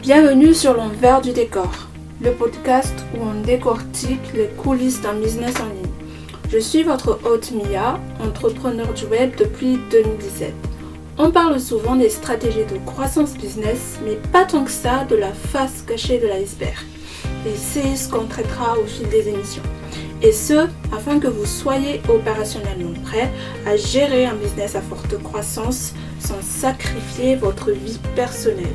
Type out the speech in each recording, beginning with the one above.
Bienvenue sur l'envers du décor, le podcast où on décortique les coulisses d'un business en ligne. Je suis votre hôte Mia, entrepreneur du web depuis 2017. On parle souvent des stratégies de croissance business, mais pas tant que ça de la face cachée de l'iceberg. Et c'est ce qu'on traitera au fil des émissions. Et ce, afin que vous soyez opérationnellement prêt à gérer un business à forte croissance sans sacrifier votre vie personnelle.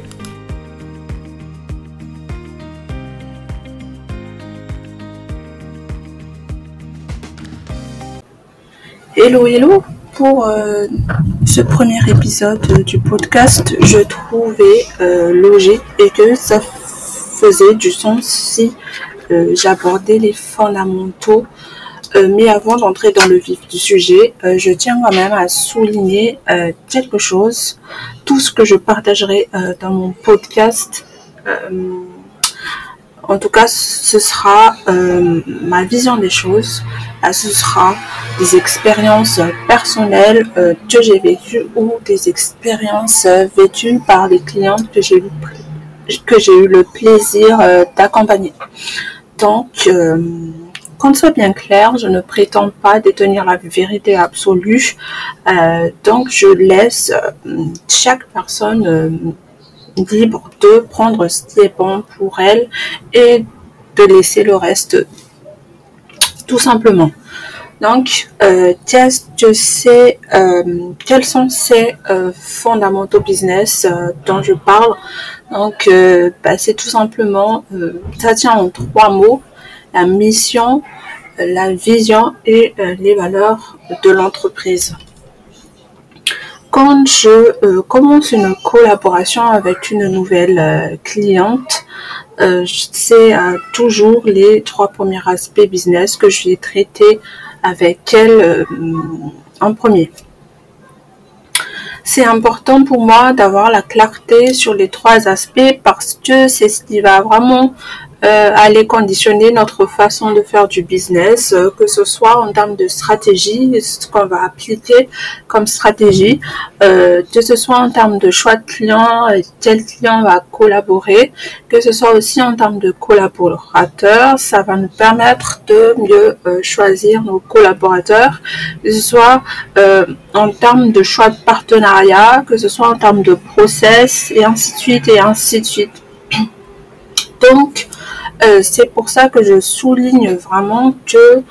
Hello, pour ce premier épisode du podcast, je trouvais logique et que ça faisait du sens si j'abordais les fondamentaux. Mais avant d'entrer dans le vif du sujet, je tiens quand même à souligner quelque chose. Tout ce que je partagerai dans mon podcast, en tout cas, ce sera ma vision des choses. Ce sera des expériences personnelles que j'ai vécues ou des expériences vécues par les clientes que j'ai eu le plaisir d'accompagner. Donc, qu'on soit bien clair, je ne prétends pas détenir la vérité absolue. Donc, je laisse chaque personne libre de prendre ce qui est bon pour elle et de laisser le reste tout simplement. Donc, quels sont ces fondamentaux business dont je parle. Donc, c'est tout simplement, ça tient en 3 mots, la mission, la vision et les valeurs de l'entreprise. Quand je commence une collaboration avec une nouvelle cliente, c'est toujours les 3 premiers aspects business que je vais traiter avec elle en premier. C'est important pour moi d'avoir la clarté sur les 3 aspects parce que c'est ce qui va vraiment aller conditionner notre façon de faire du business, que ce soit en termes de stratégie, ce qu'on va appliquer comme stratégie, que ce soit en termes de choix de client, quel client va collaborer, que ce soit aussi en termes de collaborateurs, ça va nous permettre de mieux choisir nos collaborateurs, que ce soit en termes de choix de partenariat, que ce soit en termes de process, et ainsi de suite, et ainsi de suite. Donc, c'est pour ça que je souligne vraiment que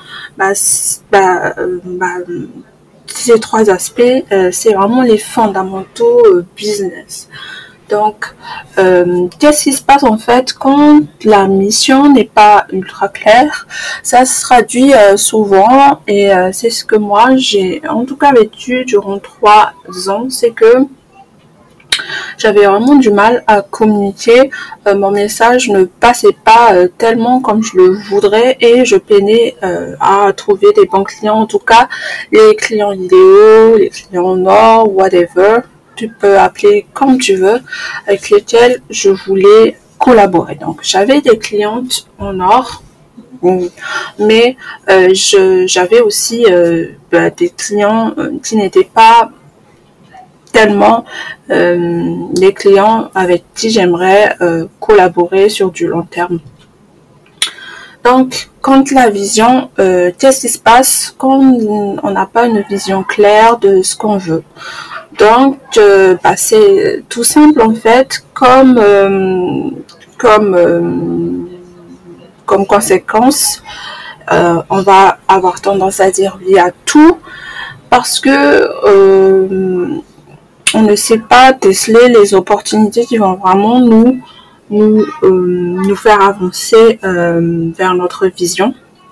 ces 3 aspects, c'est vraiment les fondamentaux business. Donc, qu'est-ce qui se passe en fait quand la mission n'est pas ultra claire? Ça se traduit souvent et c'est ce que moi j'ai en tout cas vécu durant 3 ans, c'est que j'avais vraiment du mal à communiquer, mon message ne passait pas tellement comme je le voudrais et je peinais à trouver des bons clients, en tout cas les clients idéaux, les clients nord, whatever, tu peux appeler comme tu veux, avec lesquels je voulais collaborer. Donc j'avais des clientes en or, mais j'avais aussi des clients qui n'étaient pas tellement les clients avec qui j'aimerais collaborer sur du long terme. Donc, quand la vision, qu'est-ce qui se passe quand on n'a pas une vision claire de ce qu'on veut? Donc, c'est tout simple en fait, comme conséquence, on va avoir tendance à dire oui à tout parce que on ne sait pas déceler les opportunités qui vont vraiment nous faire avancer vers notre vision.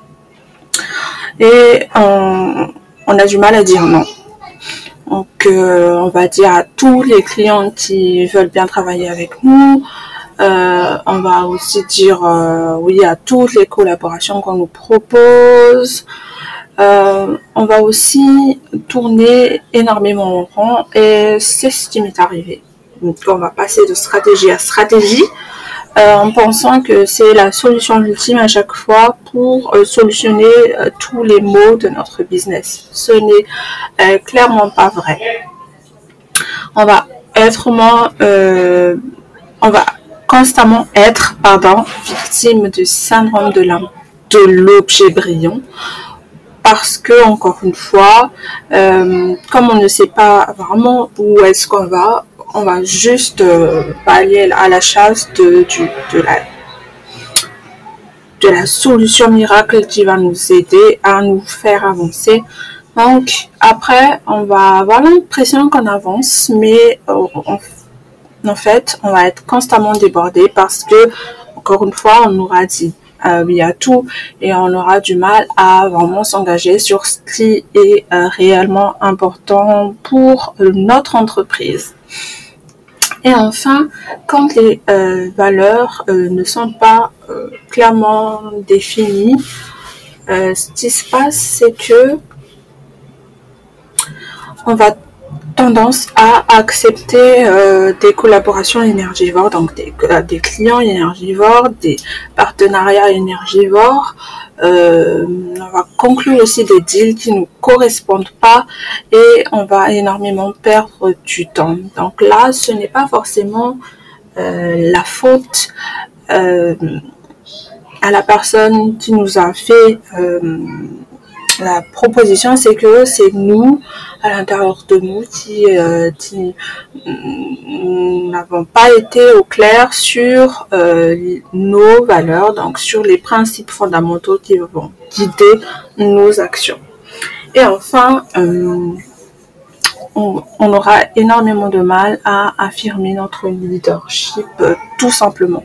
Et on a du mal à dire non. Donc, on va dire à tous les clients qui veulent bien travailler avec nous. On va aussi dire oui à toutes les collaborations qu'on nous propose. On va aussi tourner énormément en rond et c'est ce qui m'est arrivé. Donc on va passer de stratégie à stratégie en pensant que c'est la solution ultime à chaque fois pour solutionner tous les maux de notre business. Ce n'est clairement pas vrai. On va constamment être victime du syndrome de l'objet brillant, parce que, encore une fois, comme on ne sait pas vraiment où est-ce qu'on va, on va juste aller à la chasse de la solution miracle qui va nous aider à nous faire avancer. Donc, après, on va avoir l'impression qu'on avance, mais en fait, on va être constamment débordé parce que, encore une fois, on aura dit oui à tout et on aura du mal à vraiment s'engager sur ce qui est réellement important pour notre entreprise. Et enfin, quand les valeurs ne sont pas clairement définies, ce qui se passe, c'est que on va tendance à accepter des collaborations énergivores, donc des clients énergivores, des partenariats énergivores. On va conclure aussi des deals qui ne nous correspondent pas et on va énormément perdre du temps. Donc là, ce n'est pas forcément la faute à la personne qui nous a fait la proposition, c'est que c'est nous, à l'intérieur de nous, qui n'avons pas été au clair sur nos valeurs, donc sur les principes fondamentaux qui vont guider nos actions. Et enfin, on aura énormément de mal à affirmer notre leadership, tout simplement.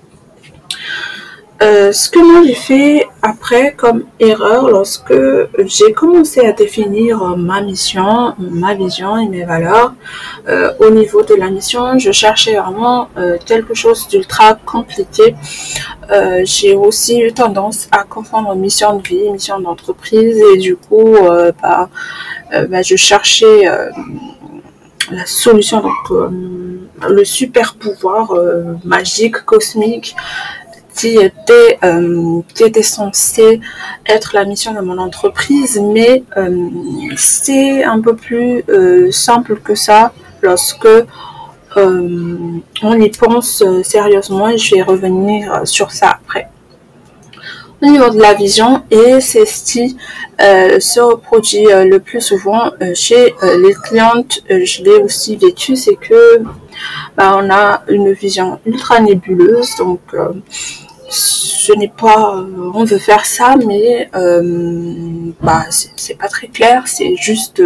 Ce que moi j'ai fait après comme erreur lorsque j'ai commencé à définir ma mission, ma vision et mes valeurs, au niveau de la mission, je cherchais vraiment quelque chose d'ultra compliqué. J'ai aussi eu tendance à confondre mission de vie, mission d'entreprise et du coup, je cherchais la solution, donc le super pouvoir magique, cosmique, qui était censé être la mission de mon entreprise, mais c'est un peu plus simple que ça lorsque on y pense sérieusement, et je vais revenir sur ça après. Au niveau de la vision, et c'est ce qui se reproduit le plus souvent chez les clientes, je l'ai aussi vécu, c'est que on a une vision ultra nébuleuse, donc ce n'est pas on veut faire ça, mais c'est pas très clair, c'est juste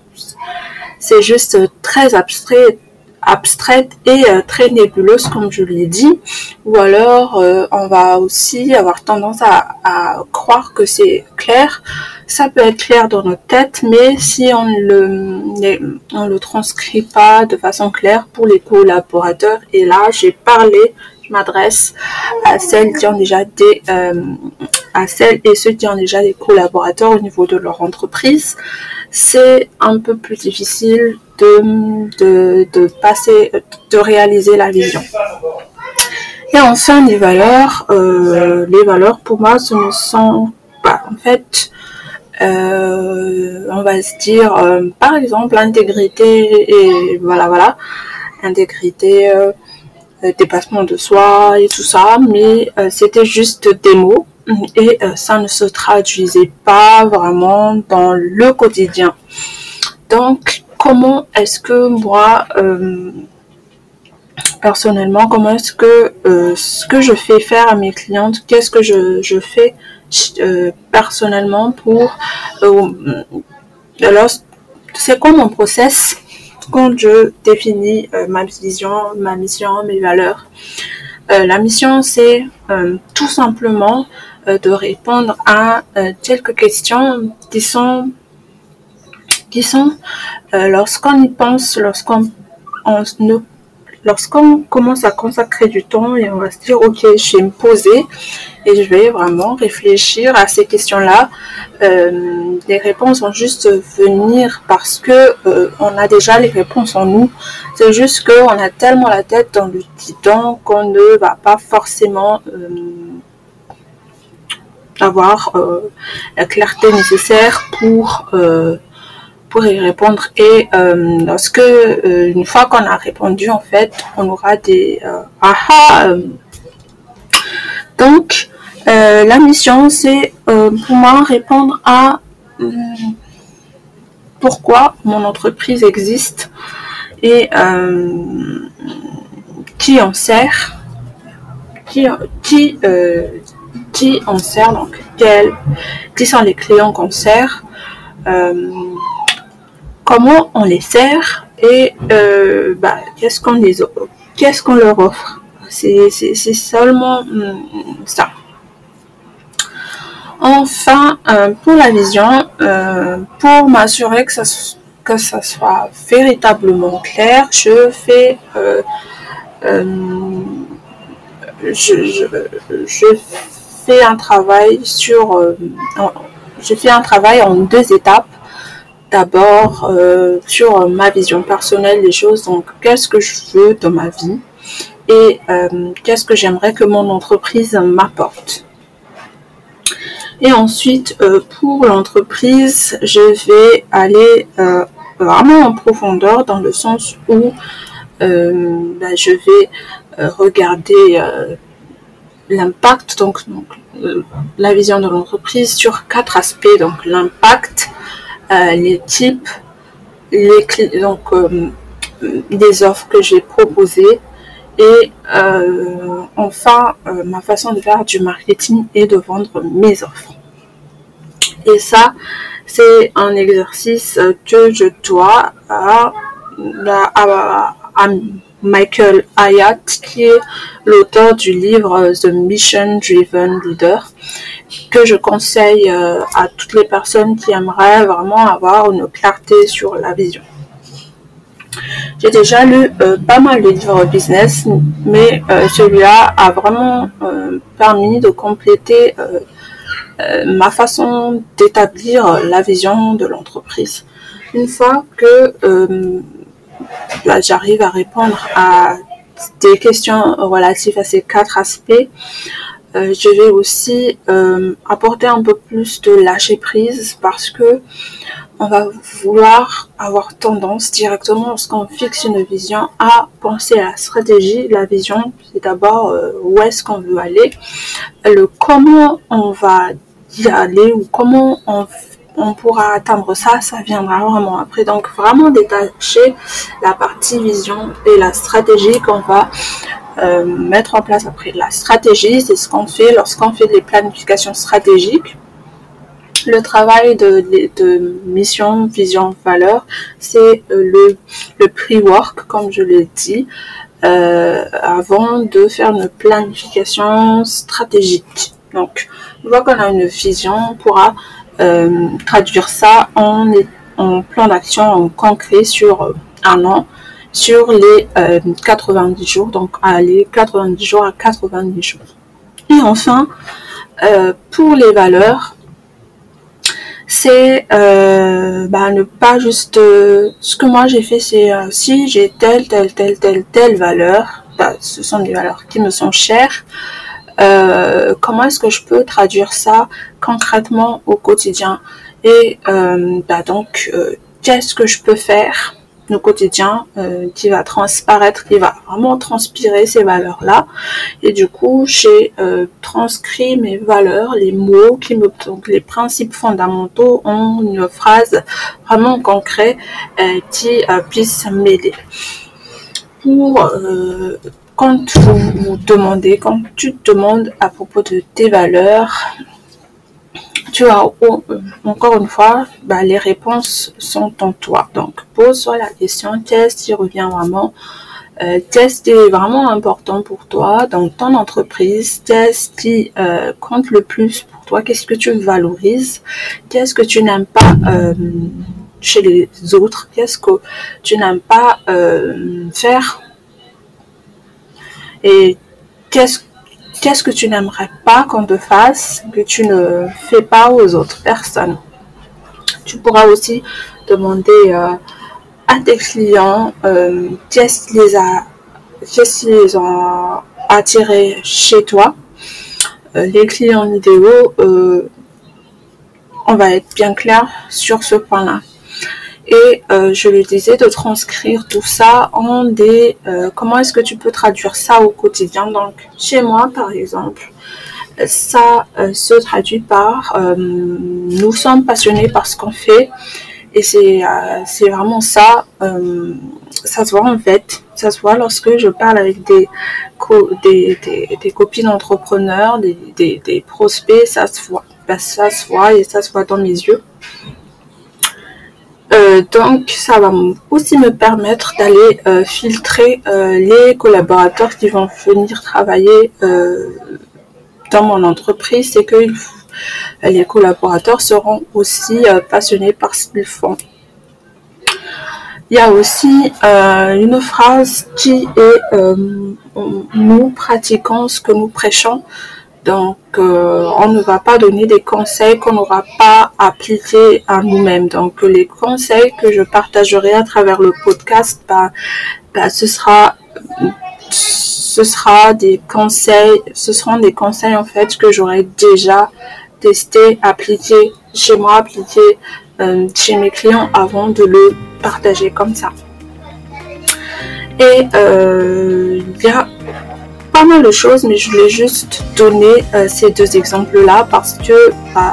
très abstraite et très nébuleuse, comme je l'ai dit. Ou alors on va aussi avoir tendance à croire que c'est clair. Ça peut être clair dans notre tête, mais si on le transcrit pas de façon claire pour les collaborateurs, et là je m'adresse à celles qui ont déjà à celles et ceux qui ont déjà des collaborateurs au niveau de leur entreprise, c'est un peu plus difficile de réaliser la vision. Et enfin, les valeurs pour moi, ce ne sont pas, en fait, on va se dire, par exemple, intégrité et voilà, intégrité, dépassement de soi et tout ça, mais c'était juste des mots et ça ne se traduisait pas vraiment dans le quotidien. Donc, comment est-ce que moi, personnellement, comment est-ce que ce que je fais faire à mes clientes, qu'est-ce que je fais personnellement pour alors c'est quoi mon process quand je définis ma vision, ma mission, mes valeurs. La mission, c'est tout simplement de répondre à quelques questions qui sont lorsqu'on y pense, lorsqu'on commence à consacrer du temps et on va se dire ok, je vais me poser et je vais vraiment réfléchir à ces questions-là. Les réponses vont juste venir parce que on a déjà les réponses en nous. C'est juste qu'on a tellement la tête dans le guidon qu'on ne va pas forcément avoir la clarté nécessaire pour pour y répondre. Et lorsque une fois qu'on a répondu, en fait, on aura des donc la mission, c'est pour moi répondre à pourquoi mon entreprise existe et qui en sert, qui en sert, donc qui sont les clients qu'on sert, comment on les sert et qu'est-ce qu'on leur offre. C'est seulement ça. Enfin, pour la vision, pour m'assurer que ça soit véritablement clair, je fais un travail en 2 étapes. D'abord, sur ma vision personnelle des choses, donc qu'est-ce que je veux dans ma vie et qu'est-ce que j'aimerais que mon entreprise m'apporte. Et ensuite, pour l'entreprise, je vais aller vraiment en profondeur dans le sens où je vais regarder l'impact, donc la vision de l'entreprise sur 4 aspects. Donc l'impact, les types, des offres que j'ai proposées et enfin ma façon de faire du marketing et de vendre mes offres. Et ça, c'est un exercice que je dois à Michael Hyatt, qui est l'auteur du livre The Mission Driven Leader, que je conseille à toutes les personnes qui aimeraient vraiment avoir une clarté sur la vision. J'ai déjà lu pas mal de livres business, mais celui-là a vraiment permis de compléter ma façon d'établir la vision de l'entreprise. Une fois que j'arrive à répondre à des questions relatives à ces 4 aspects, je vais aussi apporter un peu plus de lâcher prise parce que on va vouloir avoir tendance directement lorsqu'on fixe une vision à penser à la stratégie. La vision, c'est d'abord où est-ce qu'on veut aller, le comment on va y aller ou comment on pourra atteindre ça viendra vraiment après. Donc vraiment détacher la partie vision et la stratégie qu'on va mettre en place après. La stratégie, c'est ce qu'on fait lorsqu'on fait des planifications stratégiques. Le travail de mission, vision, valeur, c'est le pre-work, comme je l'ai dit, avant de faire une planification stratégique. Donc, une fois qu'on a une vision, on pourra traduire ça en plan d'action en concret sur un an, sur les 90 jours, donc les 90 jours à 90 jours. Et enfin, pour les valeurs, c'est ne pas juste ce que moi j'ai fait, c'est si j'ai telle valeur, ce sont des valeurs qui me sont chères, comment est-ce que je peux traduire ça concrètement au quotidien et qu'est-ce que je peux faire au quotidien qui va transparaître, qui va vraiment transpirer ces valeurs-là. Et du coup, j'ai transcrit mes valeurs, les mots donc les principes fondamentaux en une phrase vraiment concrète qui puisse m'aider. Quand tu te demandes à propos de tes valeurs, tu as encore une fois, les réponses sont en toi. Donc, pose-toi la question, qu'est-ce qui revient vraiment, qu'est-ce qui est vraiment important pour toi dans ton entreprise, qu'est-ce qui compte le plus pour toi, qu'est-ce que tu valorises, qu'est-ce que tu n'aimes pas chez les autres, qu'est-ce que tu n'aimes pas faire et qu'est-ce que tu n'aimerais pas qu'on te fasse, que tu ne fais pas aux autres personnes. Tu pourras aussi demander à tes clients qu'est-ce qui les a attirés chez toi. Les clients idéaux, on va être bien clair sur ce point-là. Et je lui disais de transcrire tout ça en des... comment est-ce que tu peux traduire ça au quotidien? Donc, chez moi, par exemple, ça se traduit par nous sommes passionnés par ce qu'on fait. Et c'est vraiment ça. Ça se voit en fait. Ça se voit lorsque je parle avec des copines entrepreneurs, des prospects. Ça se voit. Ben, ça se voit et ça se voit dans mes yeux. Donc, ça va aussi me permettre d'aller filtrer les collaborateurs qui vont venir travailler dans mon entreprise. C'est que les collaborateurs seront aussi passionnés par ce qu'ils font. Il y a aussi une phrase qui est nous pratiquons ce que nous prêchons. Donc, on ne va pas donner des conseils qu'on n'aura pas appliqués à nous-mêmes. Donc, les conseils que je partagerai à travers le podcast, ce seront des conseils en fait que j'aurais déjà testés, appliqués chez moi, appliqués chez mes clients avant de le partager comme ça. Et il y a pas mal de choses, mais je voulais juste donner ces deux exemples-là parce que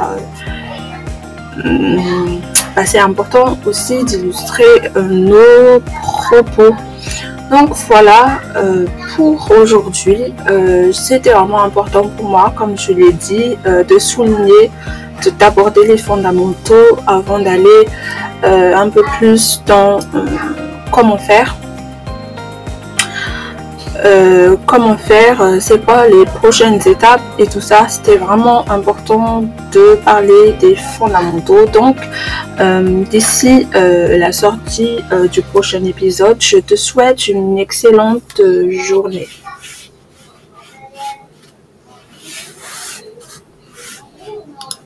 c'est important aussi d'illustrer nos propos. Donc voilà, pour aujourd'hui, c'était vraiment important pour moi, comme je l'ai dit, de souligner, d'aborder les fondamentaux avant d'aller un peu plus dans comment faire, c'est quoi les prochaines étapes et tout ça. C'était vraiment important de parler des fondamentaux. Donc d'ici la sortie du prochain épisode, je te souhaite une excellente journée.